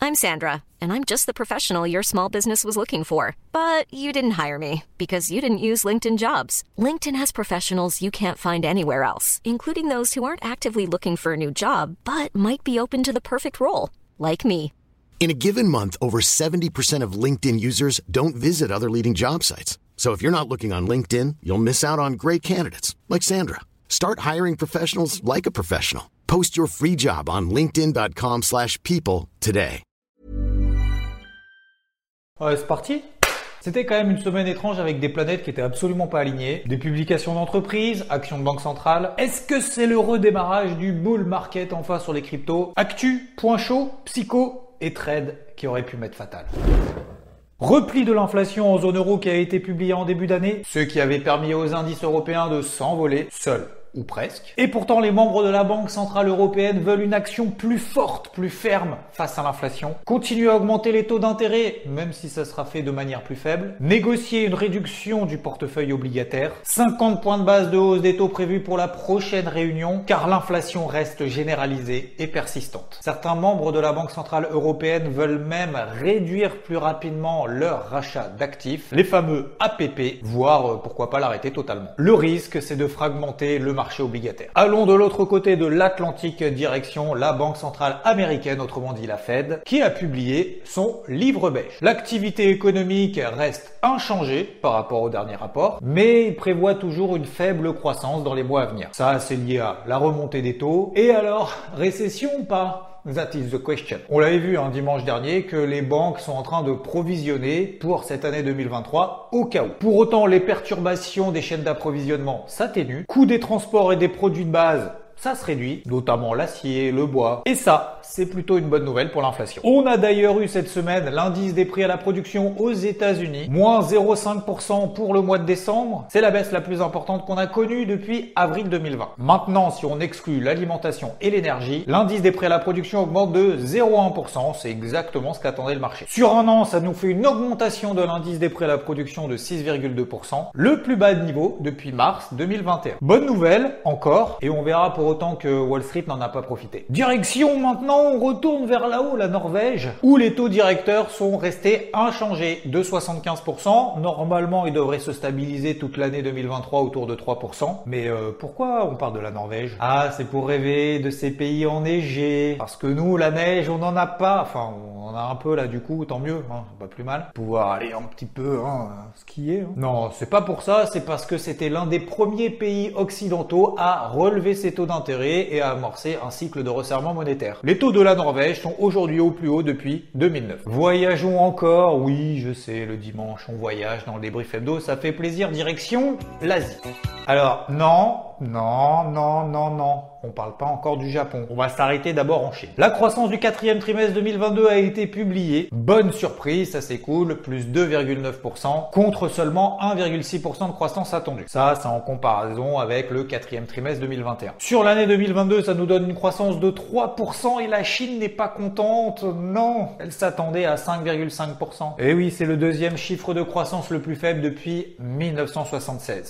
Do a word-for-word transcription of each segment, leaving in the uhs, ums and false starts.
I'm Sandra, and I'm just the professional your small business was looking for. But you didn't hire me because you didn't use LinkedIn Jobs. LinkedIn has professionals you can't find anywhere else, including those who aren't actively looking for a new job, but might be open to the perfect role, like me. In a given month, over seventy percent of LinkedIn users don't visit other leading job sites. So if you're not looking on LinkedIn, you'll miss out on great candidates like Sandra. Start hiring professionals like a professional. Post your free job on linkedin.com slash people today. Ouais, c'est parti. C'était quand même une semaine étrange avec des planètes qui étaient absolument pas alignées. Des publications d'entreprises, actions de banque centrale. Est-ce que c'est le redémarrage du bull market enfin sur les cryptos? Actu, point chaud, psycho et trade qui aurait pu m'être fatal. Repli de l'inflation en zone euro qui a été publié en début d'année, ce qui avait permis aux indices européens de s'envoler seuls. Ou presque. Et pourtant, les membres de la Banque Centrale Européenne veulent une action plus forte, plus ferme face à l'inflation. Continuer à augmenter les taux d'intérêt, même si ça sera fait de manière plus faible. Négocier une réduction du portefeuille obligataire. cinquante points de base de hausse des taux prévus pour la prochaine réunion, car l'inflation reste généralisée et persistante. Certains membres de la Banque Centrale Européenne veulent même réduire plus rapidement leur rachat d'actifs, les fameux A P P, voire euh, pourquoi pas l'arrêter totalement. Le risque, c'est de fragmenter le marché obligataire. Allons de l'autre côté de l'Atlantique, direction la Banque centrale américaine, autrement dit la Fed, qui a publié son livre beige. L'activité économique reste inchangée par rapport au dernier rapport, mais il prévoit toujours une faible croissance dans les mois à venir. Ça, c'est lié à la remontée des taux. Et alors, récession ou pas ? That is the question. On l'avait vu un dimanche dernier que les banques sont en train de provisionner pour cette année deux mille vingt-trois au cas où. Pour autant, les perturbations des chaînes d'approvisionnement s'atténuent, coût des transports et des produits de base ça se réduit, notamment l'acier, le bois. Et ça, c'est plutôt une bonne nouvelle pour l'inflation. On a d'ailleurs eu cette semaine l'indice des prix à la production aux États-Unis, moins zéro virgule cinq pour cent pour le mois de décembre. C'est la baisse la plus importante qu'on a connue depuis avril deux mille vingt. Maintenant, si on exclut l'alimentation et l'énergie, l'indice des prix à la production augmente de zéro virgule un pour cent. C'est exactement ce qu'attendait le marché. Sur un an, ça nous fait une augmentation de l'indice des prix à la production de six virgule deux pour cent, le plus bas de niveau depuis mars deux mille vingt et un. Bonne nouvelle, encore, et on verra pour autant que Wall Street n'en a pas profité. Direction maintenant, on retourne vers là-haut, la Norvège, où les taux directeurs sont restés inchangés de soixante-quinze pour cent. Normalement, ils devraient se stabiliser toute l'année deux mille vingt-trois autour de trois pour cent. Mais euh, pourquoi on parle de la Norvège? Ah, c'est pour rêver de ces pays enneigés. Parce que nous, la neige, on n'en a pas. Enfin, on en a un peu là, du coup, tant mieux, hein, pas plus mal. Pouvoir aller un petit peu hein, skier. Hein. Non, c'est pas pour ça, c'est parce que c'était l'un des premiers pays occidentaux à relever ses taux d'intérêt et à amorcer un cycle de resserrement monétaire. Les taux de la Norvège sont aujourd'hui au plus haut depuis deux mille neuf. Voyageons encore, oui, je sais, le dimanche, on voyage dans le débrief hebdo, ça fait plaisir, direction l'Asie. Alors, non, non, non, non, non, on parle pas encore du Japon. On va s'arrêter d'abord en Chine. La croissance du quatrième trimestre deux mille vingt-deux a été publiée. Bonne surprise, ça c'est cool, plus deux virgule neuf pour cent contre seulement un virgule six pour cent de croissance attendue. Ça, c'est en comparaison avec le quatrième trimestre deux mille vingt et un. Sur l'année deux mille vingt-deux, ça nous donne une croissance de trois pour cent et la Chine n'est pas contente. Non, elle s'attendait à cinq virgule cinq pour cent. Et oui, c'est le deuxième chiffre de croissance le plus faible depuis mille neuf cent soixante-seize.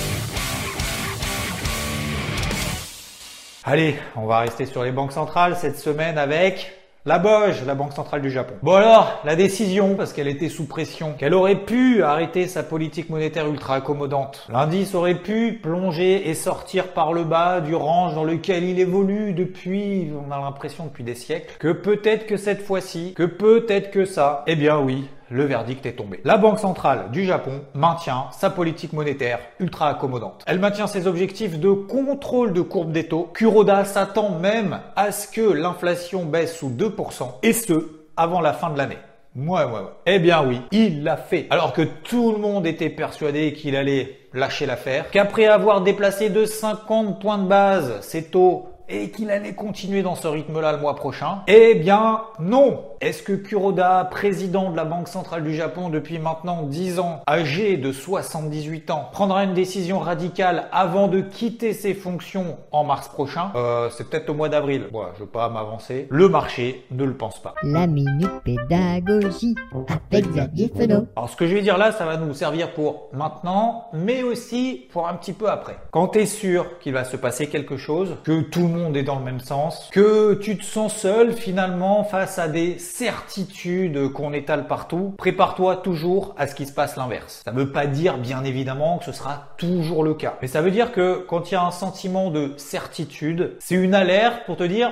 Allez, on va rester sur les banques centrales cette semaine avec la B O J, la Banque centrale du Japon. Bon alors, la décision, parce qu'elle était sous pression, qu'elle aurait pu arrêter sa politique monétaire ultra accommodante. L'indice aurait pu plonger et sortir par le bas du range dans lequel il évolue depuis, on a l'impression depuis des siècles, que peut-être que cette fois-ci, que peut-être que ça, eh bien oui, le verdict est tombé. La Banque centrale du Japon maintient sa politique monétaire ultra accommodante. Elle maintient ses objectifs de contrôle de courbe des taux. Kuroda s'attend même à ce que l'inflation baisse sous deux pour cent et ce, avant la fin de l'année. Ouais, ouais, ouais. Eh bien oui, il l'a fait. Alors que tout le monde était persuadé qu'il allait lâcher l'affaire, qu'après avoir déplacé de cinquante points de base ses taux et qu'il allait continuer dans ce rythme-là le mois prochain? Eh bien, non! Est-ce que Kuroda, président de la Banque centrale du Japon depuis maintenant dix ans, âgé de soixante-dix-huit ans, prendra une décision radicale avant de quitter ses fonctions en mars prochain? Euh, c'est peut-être au mois d'avril. Ouais, je veux pas m'avancer. Le marché ne le pense pas. La minute pédagogie avec Xavier Fenot. Alors, ce que je vais dire là, ça va nous servir pour maintenant, mais aussi pour un petit peu après. Quand tu es sûr qu'il va se passer quelque chose, que tout le monde est dans le même sens, que tu te sens seul finalement face à des certitudes qu'on étale partout, prépare-toi toujours à ce qui se passe l'inverse. Ça ne veut pas dire bien évidemment que ce sera toujours le cas. Mais ça veut dire que quand il y a un sentiment de certitude, c'est une alerte pour te dire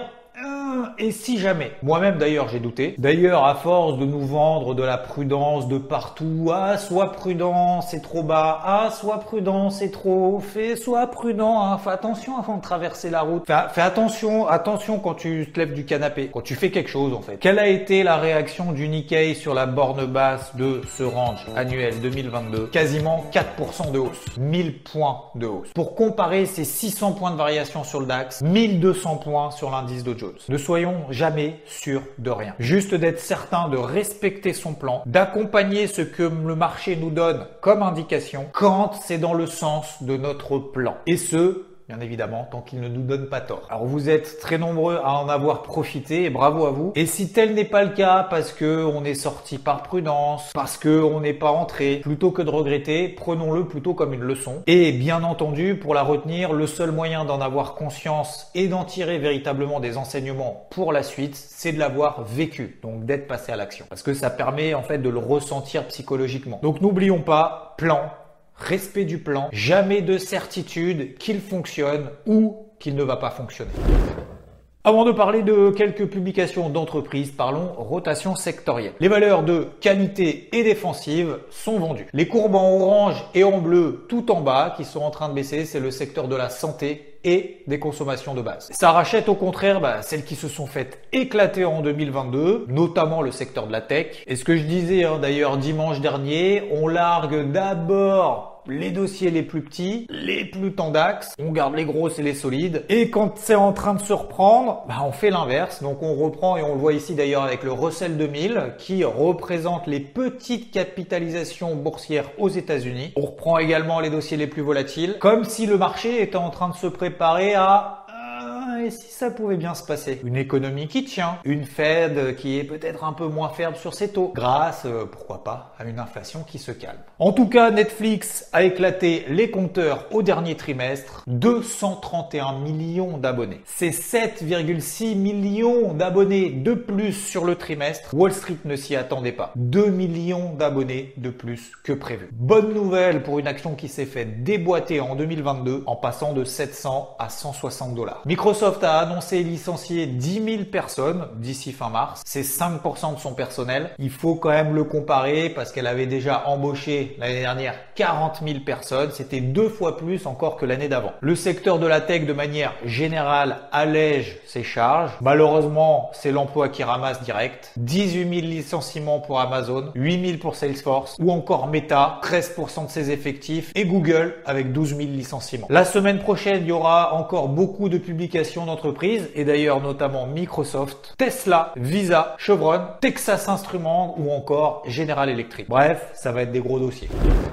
et si jamais. Moi-même d'ailleurs j'ai douté. D'ailleurs à force de nous vendre de la prudence de partout, ah sois prudent c'est trop bas, ah sois prudent c'est trop haut, fais sois prudent, hein, fais attention avant de traverser la route. Fais, fais attention, attention quand tu te lèves du canapé, quand tu fais quelque chose en fait. Quelle a été la réaction du Nikkei sur la borne basse de ce range annuel deux mille vingt-deux? Quasiment quatre pour cent de hausse, mille points de hausse. Pour comparer ces six cents points de variation sur le DAX, mille deux cents points sur l'indice Dow Jones. Ne soyons jamais sûrs de rien. Juste d'être certain de respecter son plan, d'accompagner ce que le marché nous donne comme indication quand c'est dans le sens de notre plan. Et ce, bien évidemment, tant qu'il ne nous donne pas tort. Alors vous êtes très nombreux à en avoir profité et bravo à vous. Et si tel n'est pas le cas parce que on est sorti par prudence, parce que on n'est pas entré, plutôt que de regretter, prenons-le plutôt comme une leçon. Et bien entendu, pour la retenir, le seul moyen d'en avoir conscience et d'en tirer véritablement des enseignements pour la suite, c'est de l'avoir vécu. Donc d'être passé à l'action. Parce que ça permet en fait de le ressentir psychologiquement. Donc n'oublions pas, plan, respect du plan, jamais de certitude qu'il fonctionne ou qu'il ne va pas fonctionner. Avant de parler de quelques publications d'entreprises, parlons rotation sectorielle. Les valeurs de qualité et défensive sont vendues. Les courbes en orange et en bleu tout en bas qui sont en train de baisser, c'est le secteur de la santé et des consommations de base. Ça rachète au contraire bah, celles qui se sont faites éclater en deux mille vingt-deux, notamment le secteur de la tech. Et ce que je disais hein, d'ailleurs dimanche dernier, on largue d'abord les dossiers les plus petits, les plus tendax, on garde les grosses et les solides. Et quand c'est en train de se reprendre, bah, on fait l'inverse. Donc on reprend et on le voit ici d'ailleurs avec le Russell deux mille qui représente les petites capitalisations boursières aux États-Unis. On reprend également les dossiers les plus volatiles, comme si le marché était en train de se préparer à et si ça pouvait bien se passer? Une économie qui tient, une Fed qui est peut-être un peu moins ferme sur ses taux, grâce, euh, pourquoi pas, à une inflation qui se calme. En tout cas, Netflix a éclaté les compteurs au dernier trimestre, deux cent trente et un millions d'abonnés. C'est sept virgule six millions d'abonnés de plus sur le trimestre. Wall Street ne s'y attendait pas. deux millions d'abonnés de plus que prévu. Bonne nouvelle pour une action qui s'est fait déboîter en deux mille vingt-deux en passant de sept cents à cent soixante dollars. Microsoft a annoncé licencier dix mille personnes d'ici fin mars. C'est cinq pour cent de son personnel. Il faut quand même le comparer parce qu'elle avait déjà embauché l'année dernière quarante mille personnes. C'était deux fois plus encore que l'année d'avant. Le secteur de la tech de manière générale allège ses charges. Malheureusement, c'est l'emploi qui ramasse direct. dix-huit mille licenciements pour Amazon, huit mille pour Salesforce ou encore Meta, treize pour cent de ses effectifs et Google avec douze mille licenciements. La semaine prochaine, il y aura encore beaucoup de publications d'entreprises et d'ailleurs notamment Microsoft, Tesla, Visa, Chevron, Texas Instruments ou encore General Electric. Bref, ça va être des gros dossiers.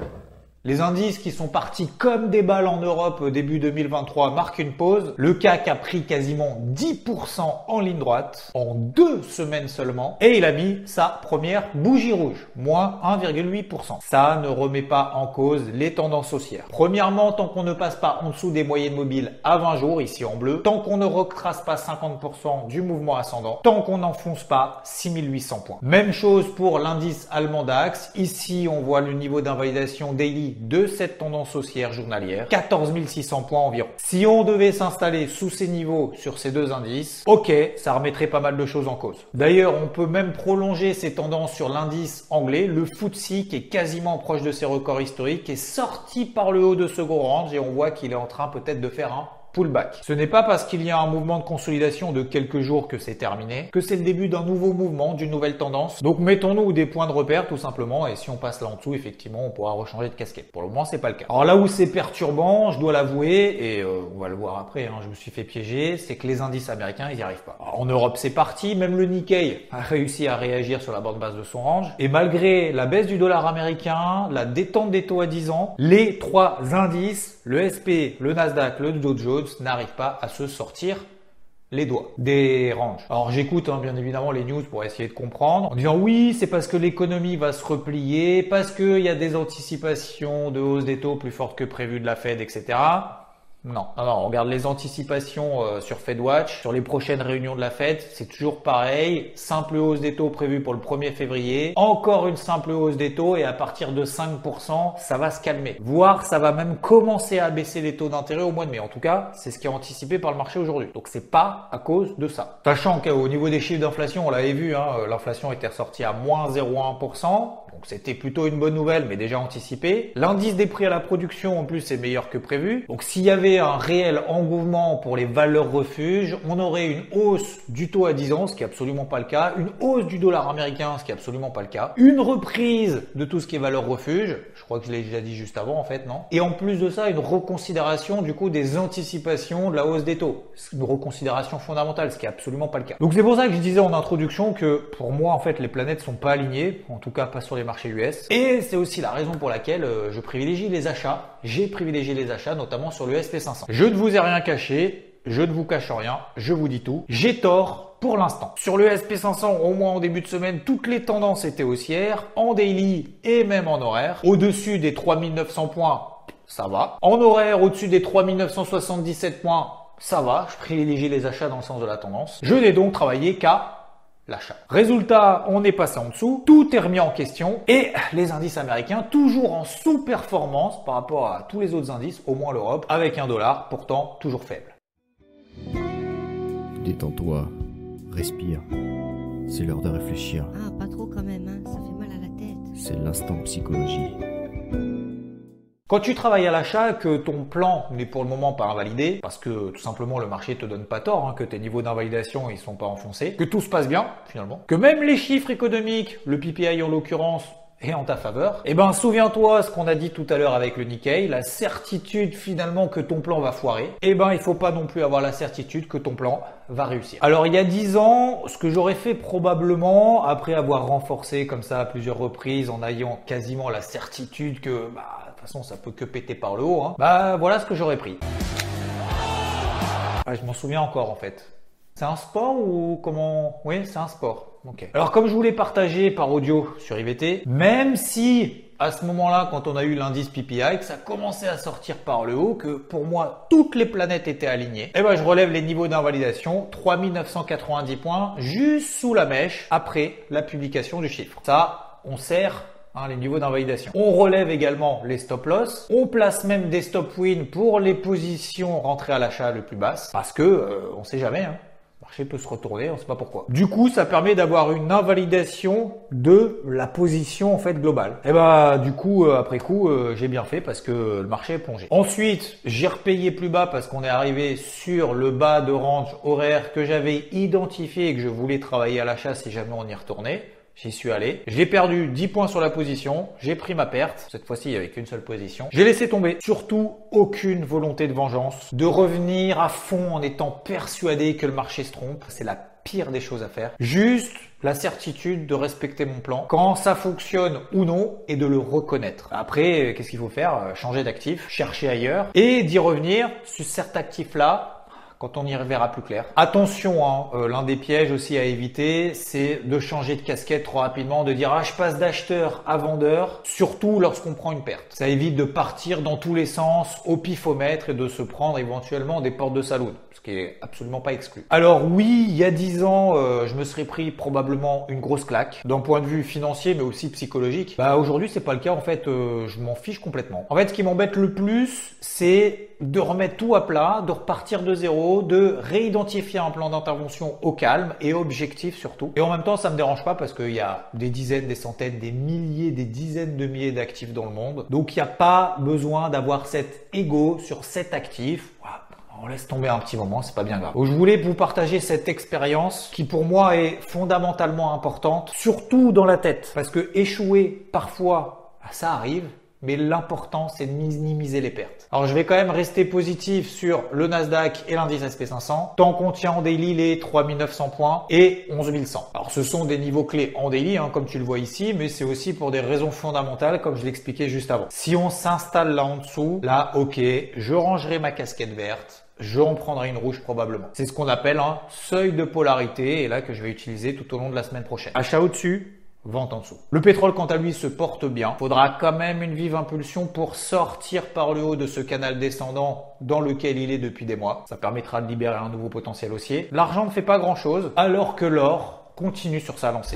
Les indices qui sont partis comme des balles en Europe début deux mille vingt-trois marquent une pause. Le C A C a pris quasiment dix pour cent en ligne droite en deux semaines seulement et il a mis sa première bougie rouge, moins un virgule huit pour cent. Ça ne remet pas en cause les tendances haussières. Premièrement, tant qu'on ne passe pas en dessous des moyennes mobiles à vingt jours, ici en bleu, tant qu'on ne retrace pas cinquante pour cent du mouvement ascendant, tant qu'on n'enfonce pas six mille huit cents points. Même chose pour l'indice allemand DAX. Ici, on voit le niveau d'invalidation daily de cette tendance haussière journalière, quatorze mille six cents points environ. Si on devait s'installer sous ces niveaux sur ces deux indices, ok, ça remettrait pas mal de choses en cause. D'ailleurs, on peut même prolonger ces tendances sur l'indice anglais, le F T S E qui est quasiment proche de ses records historiques, est sorti par le haut de second range et on voit qu'il est en train peut-être de faire un pullback. Ce n'est pas parce qu'il y a un mouvement de consolidation de quelques jours que c'est terminé, que c'est le début d'un nouveau mouvement, d'une nouvelle tendance. Donc mettons-nous des points de repère tout simplement et si on passe là en dessous, effectivement, on pourra rechanger de casquette. Pour le moment, c'est pas le cas. Alors là où c'est perturbant, je dois l'avouer, et euh, on va le voir après, hein, je me suis fait piéger, c'est que les indices américains, ils n'y arrivent pas. Alors, en Europe, c'est parti, même le Nikkei a réussi à réagir sur la bande basse de son range. Et malgré la baisse du dollar américain, la détente des taux à dix ans, les trois indices, le S P, le Nasdaq, le Dow Jones, n'arrivent pas à se sortir les doigts des ranges. Alors j'écoute hein, bien évidemment les news pour essayer de comprendre en disant oui c'est parce que l'économie va se replier, parce qu'il y a des anticipations de hausse des taux plus fortes que prévues de la Fed, et cetera. Non, non, non, on regarde les anticipations euh, sur FedWatch, sur les prochaines réunions de la Fed, c'est toujours pareil, simple hausse des taux prévue pour le premier février, encore une simple hausse des taux et à partir de cinq pour cent, ça va se calmer. Voire ça va même commencer à baisser les taux d'intérêt au mois de mai. En tout cas, c'est ce qui est anticipé par le marché aujourd'hui. Donc c'est pas à cause de ça. Sachant qu'au niveau des chiffres d'inflation, on l'avait vu, hein, l'inflation était ressortie à moins zéro virgule un pour cent. Donc c'était plutôt une bonne nouvelle, mais déjà anticipé. L'indice des prix à la production en plus est meilleur que prévu. Donc s'il y avait un réel engouement pour les valeurs refuges, on aurait une hausse du taux à dix ans, ce qui est absolument pas le cas, une hausse du dollar américain, ce qui est absolument pas le cas, une reprise de tout ce qui est valeurs refuges, je crois que je l'ai déjà dit juste avant en fait, non? Et en plus de ça, une reconsidération du coup des anticipations de la hausse des taux. C'est une reconsidération fondamentale, ce qui est absolument pas le cas. Donc c'est pour ça que je disais en introduction que pour moi en fait les planètes sont pas alignées, en tout cas pas sur les marchés U S. Et c'est aussi la raison pour laquelle euh, je privilégie les achats. J'ai privilégié les achats, notamment sur le S and P cinq cents. Je ne vous ai rien caché, je ne vous cache rien, je vous dis tout. J'ai tort pour l'instant. Sur le S and P cinq cents, au moins en début de semaine, toutes les tendances étaient haussières, en daily et même en horaire. Au-dessus des trois mille neuf cents points, ça va. En horaire, au-dessus des trois mille neuf cent soixante-dix-sept points, ça va. Je privilégie les achats dans le sens de la tendance. Je n'ai donc travaillé qu'à l'achat. Résultat, on est passé en dessous, tout est remis en question et les indices américains toujours en sous-performance par rapport à tous les autres indices, au moins l'Europe, avec un dollar pourtant toujours faible. Détends-toi, respire. C'est l'heure de réfléchir. Ah, pas trop quand même, hein. Ça fait mal à la tête. C'est l'instant psychologie. Quand tu travailles à l'achat, que ton plan n'est pour le moment pas invalidé, parce que tout simplement le marché te donne pas tort, hein, que tes niveaux d'invalidation ils sont pas enfoncés, que tout se passe bien finalement, que même les chiffres économiques, le P P I en l'occurrence, est en ta faveur, eh ben souviens-toi ce qu'on a dit tout à l'heure avec le Nikkei, la certitude finalement que ton plan va foirer, eh ben il faut pas non plus avoir la certitude que ton plan va réussir. Alors il y a dix ans, ce que j'aurais fait probablement, après avoir renforcé comme ça à plusieurs reprises en ayant quasiment la certitude que bah de toute façon, ça peut que péter par le haut, hein. Bah, voilà ce que j'aurais pris. Ah, je m'en souviens encore, en fait. C'est un sport ou comment? Oui, c'est un sport. Ok. Alors, comme je vous l'ai partagé par audio sur I V T, même si à ce moment-là, quand on a eu l'indice P P I, que ça commençait à sortir par le haut, que pour moi, toutes les planètes étaient alignées, eh ben, je relève les niveaux d'invalidation, trois mille neuf cent quatre-vingt-dix points, juste sous la mèche, après la publication du chiffre. Ça, on sert Hein, les niveaux d'invalidation. On relève également les stop loss. On place même des stop win pour les positions rentrées à l'achat le plus basses. Parce que, euh, on sait jamais, hein. Le marché peut se retourner, on ne sait pas pourquoi. Du coup, ça permet d'avoir une invalidation de la position en fait globale. Et bah, du coup, euh, après coup, euh, j'ai bien fait parce que le marché est plongé. Ensuite, j'ai repayé plus bas parce qu'on est arrivé sur le bas de range horaire que j'avais identifié et que je voulais travailler à l'achat si jamais on y retournait. J'y suis allé. J'ai perdu dix points sur la position. J'ai pris ma perte. Cette fois-ci, il n'y avait qu'une seule position. J'ai laissé tomber. Surtout, aucune volonté de vengeance. De revenir à fond en étant persuadé que le marché se trompe. C'est la pire des choses à faire. Juste la certitude de respecter mon plan quand ça fonctionne ou non et de le reconnaître. Après, qu'est-ce qu'il faut faire? Changer d'actif, chercher ailleurs et d'y revenir sur cet actif-là quand on y verra plus clair. Attention, hein, euh, l'un des pièges aussi à éviter, c'est de changer de casquette trop rapidement, de dire « Ah, je passe d'acheteur à vendeur », surtout lorsqu'on prend une perte. Ça évite de partir dans tous les sens au pifomètre et de se prendre éventuellement des portes de saloon, ce qui est absolument pas exclu. Alors oui, il y a dix ans, euh, je me serais pris probablement une grosse claque, d'un point de vue financier mais aussi psychologique. Bah aujourd'hui, c'est pas le cas, en fait, euh, je m'en fiche complètement. En fait, ce qui m'embête le plus, c'est de remettre tout à plat, de repartir de zéro, de réidentifier un plan d'intervention au calme et objectif surtout. Et en même temps, ça me dérange pas parce qu'il y a des dizaines, des centaines, des milliers, des dizaines de milliers d'actifs dans le monde. Donc, il n'y a pas besoin d'avoir cet ego sur cet actif. On laisse tomber un petit moment, c'est pas bien grave. Donc, je voulais vous partager cette expérience qui pour moi est fondamentalement importante, surtout dans la tête. Parce que échouer, parfois, ça arrive. Mais l'important, c'est de minimiser les pertes. Alors, je vais quand même rester positif sur le Nasdaq et l'indice S and P cinq cents, tant qu'on tient en daily les trois mille neuf cents points et onze mille cent. Alors, ce sont des niveaux clés en daily, hein, comme tu le vois ici, mais c'est aussi pour des raisons fondamentales, comme je l'expliquais juste avant. Si on s'installe là en dessous, là, ok, je rangerai ma casquette verte. Je en prendrai une rouge probablement. C'est ce qu'on appelle un seuil de polarité et là que je vais utiliser tout au long de la semaine prochaine. Achat au-dessus, vente en dessous. Le pétrole, quant à lui, se porte bien. Faudra quand même une vive impulsion pour sortir par le haut de ce canal descendant dans lequel il est depuis des mois. Ça permettra de libérer un nouveau potentiel haussier. L'argent ne fait pas grand-chose, alors que l'or continue sur sa lancée.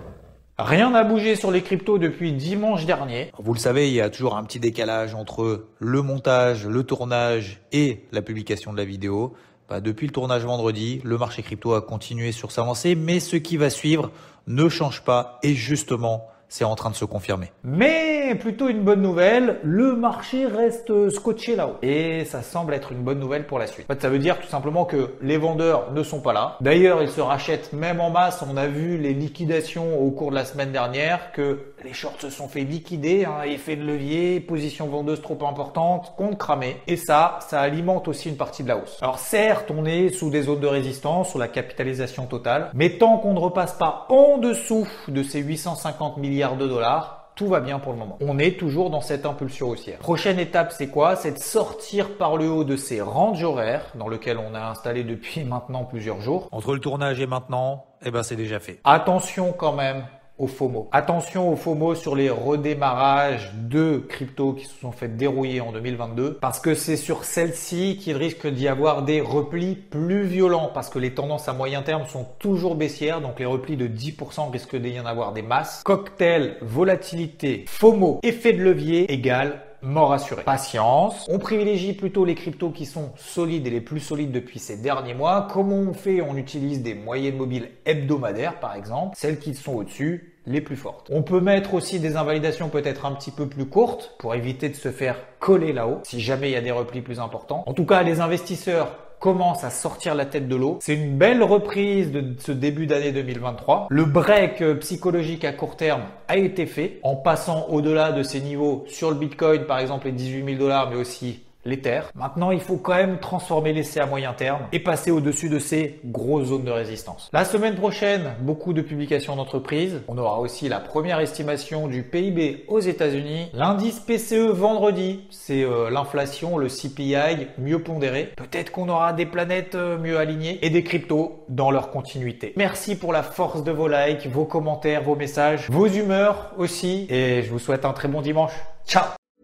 Rien n'a bougé sur les cryptos depuis dimanche dernier. Vous le savez, il y a toujours un petit décalage entre le montage, le tournage et la publication de la vidéo. Bah, depuis le tournage vendredi, le marché crypto a continué sur sa lancée, mais ce qui va suivre ne change pas et justement, c'est en train de se confirmer. Mais plutôt une bonne nouvelle, le marché reste scotché là-haut. Et ça semble être une bonne nouvelle pour la suite. En fait, ça veut dire tout simplement que les vendeurs ne sont pas là. D'ailleurs, ils se rachètent même en masse. On a vu les liquidations au cours de la semaine dernière, que les shorts se sont fait liquider, hein, effet de levier, position vendeuse trop importante, compte cramé. Et ça, ça alimente aussi une partie de la hausse. Alors certes, on est sous des zones de résistance, sous la capitalisation totale, mais tant qu'on ne repasse pas en dessous de ces huit cent cinquante milliards de dollars, tout va bien pour le moment. On est toujours dans cette impulsion haussière. Prochaine étape, c'est quoi? C'est de sortir par le haut de ces ranges horaires dans lesquels on a installé depuis maintenant plusieurs jours. Entre le tournage et maintenant, eh ben c'est déjà fait. Attention quand même au FOMO. Attention au FOMO sur les redémarrages de cryptos qui se sont fait dérouiller en deux mille vingt-deux, parce que c'est sur celle-ci qu'il risque d'y avoir des replis plus violents, parce que les tendances à moyen terme sont toujours baissières, donc les replis de dix pour cent risquent d'y en avoir des masses. Cocktail, volatilité, FOMO, effet de levier égale mort assurée. Patience. On privilégie plutôt les cryptos qui sont solides et les plus solides depuis ces derniers mois. Comment on fait? On utilise des moyennes mobiles hebdomadaires par exemple, celles qui sont au-dessus, les plus fortes. On peut mettre aussi des invalidations peut-être un petit peu plus courtes pour éviter de se faire coller là-haut si jamais il y a des replis plus importants. En tout cas, les investisseurs commence à sortir la tête de l'eau. C'est une belle reprise de ce début d'année deux mille vingt-trois. Le break psychologique à court terme a été fait en passant au-delà de ces niveaux sur le Bitcoin, par exemple les dix-huit mille dollars, mais aussi l'Ether. Maintenant, il faut quand même transformer l'essai à moyen terme et passer au-dessus de ces grosses zones de résistance. La semaine prochaine, beaucoup de publications d'entreprises. On aura aussi la première estimation du P I B aux États-Unis. L'indice P C E vendredi, c'est euh, l'inflation, le C P I mieux pondéré. Peut-être qu'on aura des planètes euh, mieux alignées et des cryptos dans leur continuité. Merci pour la force de vos likes, vos commentaires, vos messages, vos humeurs aussi. Et je vous souhaite un très bon dimanche. Ciao!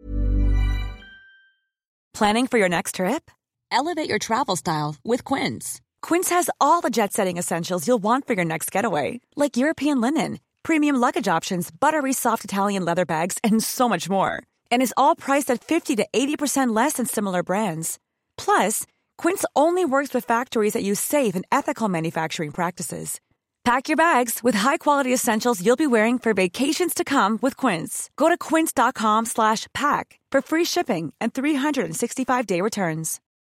Planning for your next trip? Elevate your travel style with Quince. Quince has all the jet-setting essentials you'll want for your next getaway, like European linen, premium luggage options, buttery soft Italian leather bags, and so much more. And is all priced at fifty to eighty percent less than similar brands. Plus, Quince only works with factories that use safe and ethical manufacturing practices. Pack your bags with high-quality essentials you'll be wearing for vacations to come with Quince. Go to quince.com slash pack for free shipping and three sixty-five day returns.